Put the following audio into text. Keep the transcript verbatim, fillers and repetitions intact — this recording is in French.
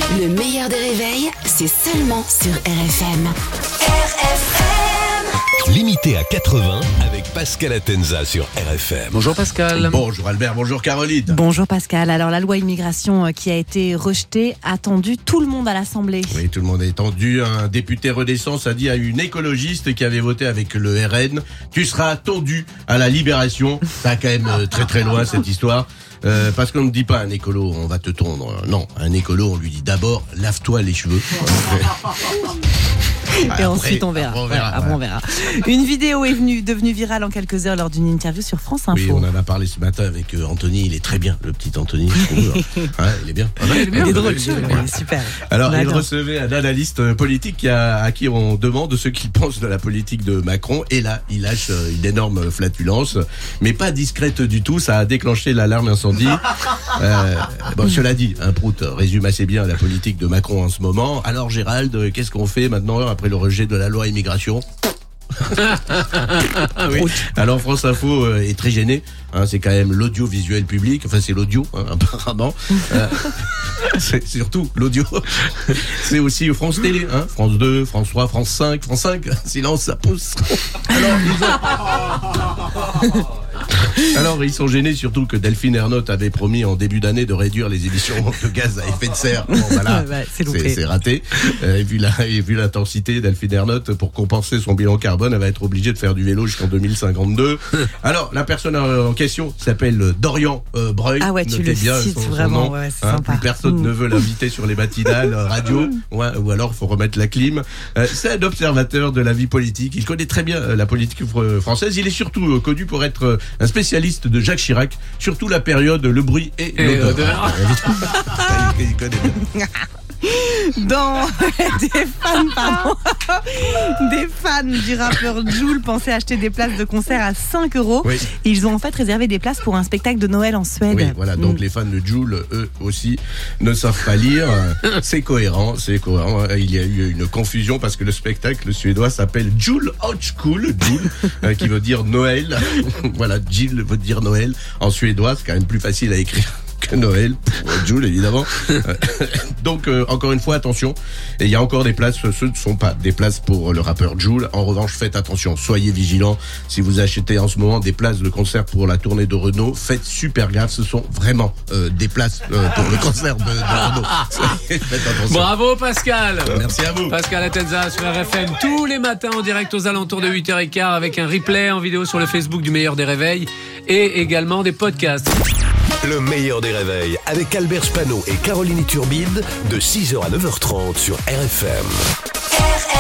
Le meilleur des réveils, c'est seulement sur R F M. R F M. Limité à quatre-vingts avec Pascal Atenza sur R F M. Bonjour Pascal. Bonjour Albert, bonjour Caroline. Bonjour Pascal. Alors la loi immigration qui a été rejetée a tendu tout le monde à l'Assemblée. Oui, tout le monde est tendu. Un député Renaissance a dit à une écologiste qui avait voté avec le R N « Tu seras tendu à la libération ». Ça a quand même très très loin cette histoire. Euh, parce qu'on ne dit pas à un écolo on va te tondre. Non, à un écolo on lui dit d'abord lave-toi les cheveux. Et après, ensuite on verra. Après on verra, ouais, après, on verra. Une vidéo est venue, devenue virale en quelques heures lors d'une interview sur France Info. Oui, on en a parlé ce matin avec euh, Anthony. Il est très bien, le petit Anthony. Ouais, il est bien. Ah, il est bien. Il est drôle, il est super. Alors, On il adore. recevait un analyste politique qui a, à qui on demande ce qu'il pense de la politique de Macron. Et là, il lâche une énorme flatulence, mais pas discrète du tout. Ça a déclenché l'alarme incendie. Euh, bon, cela dit, un prout résume assez bien la politique de Macron en ce moment. Alors, Gérald, qu'est-ce qu'on fait maintenant après le rejet de la loi immigration ? Oui. Alors France Info euh, est très gêné, hein, c'est quand même l'audiovisuel public, enfin c'est l'audio hein, apparemment, euh, c'est surtout l'audio, c'est aussi France Télé, hein, France deux, France trois, France cinq, France cinq, silence ça pousse. Alors ils ont... Alors ils sont gênés surtout que Delphine Ernotte avait promis en début d'année de réduire les émissions de gaz à effet de serre. Bon voilà, Ouais, c'est loupé. c'est, c'est raté. Euh, et vu la, et vu l'intensité, Delphine Ernotte, pour compenser son bilan carbone, elle va être obligée de faire du vélo jusqu'en deux mille cinquante-deux. Alors la personne en question s'appelle Dorian euh, Breuil. Ah ouais, tu Notez le bien cites son, son vraiment, nom, ouais, c'est hein, sympa. plus personne Mm. ne veut l'inviter sur les matinales euh, radio, ouais, ou alors il faut remettre la clim. Euh, c'est un observateur de la vie politique. Il connaît très bien euh, la politique fr- française. Il est surtout euh, connu pour être euh, un spécialiste de Jacques Chirac, surtout la période le bruit et, Et l'odeur. l'odeur. Ah, il, il connaît bien. Dans des fans, pardon, des fans du rappeur Jul pensaient acheter des places de concert à cinq euros. Oui. Ils ont en fait réservé des places pour un spectacle de Noël en Suède. Oui, voilà. Donc Mm. les fans de Jul, eux aussi, ne savent pas lire. C'est cohérent, c'est cohérent. Il y a eu une confusion parce que le spectacle suédois s'appelle Jul Hochkul, Jul, euh, qui veut dire Noël. Voilà, Jul veut dire Noël en suédois. C'est quand même plus facile à écrire que Noël pour Jul, évidemment. Donc euh, encore une fois, attention. Et il y a encore des places. Ce ne sont pas des places pour le rappeur Jul. En revanche, faites attention. Soyez vigilants. Si vous achetez en ce moment des places de concert pour la tournée de Renault, faites super gaffe. Ce sont vraiment euh, des places euh, pour le concert de, de Renault. Soyez- faites attention. Bravo Pascal. Merci à vous. Pascal Atenza sur R F M tous les matins en direct aux alentours de huit heures quinze avec un replay en vidéo sur le Facebook du meilleur des réveils et également des podcasts. Le meilleur des réveils avec Albert Spano et Caroline Turbide de six heures à neuf heures trente sur R F M. R F M.